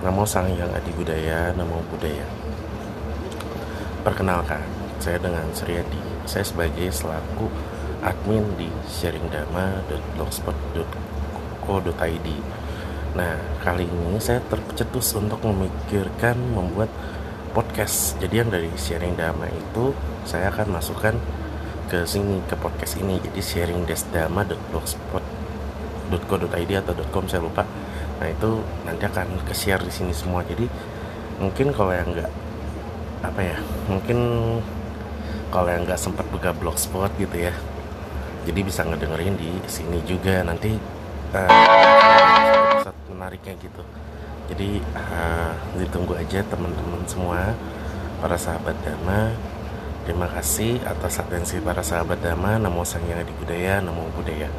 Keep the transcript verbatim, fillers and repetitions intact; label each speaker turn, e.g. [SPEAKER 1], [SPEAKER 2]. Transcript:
[SPEAKER 1] Namo Sang Hyang Adi Budaya, Namo Buddhaya. Perkenalkan, saya dengan Suryadi. Saya sebagai selaku admin di sharing dharma dot blogspot dot co dot i d. Nah, kali ini saya tercetus untuk memikirkan membuat podcast. Jadi yang dari sharing dharma itu saya akan masukkan ke sini, ke podcast ini. Jadi sharing dharma dot blogspot dot co dot i d atau .com, saya lupa. Nah, itu nanti akan ke-share di sini semua. Jadi mungkin kalau yang enggak apa ya, mungkin kalau yang nggak sempat buka blogspot gitu ya, jadi bisa ngedengerin di sini juga nanti uh, episode menariknya gitu. Jadi uh, ditunggu aja teman-teman semua, para sahabat Dhamma. Terima kasih atas atensi para sahabat Dhamma. Namo Sang Hyang Adi Budaya, Namo Buddhaya.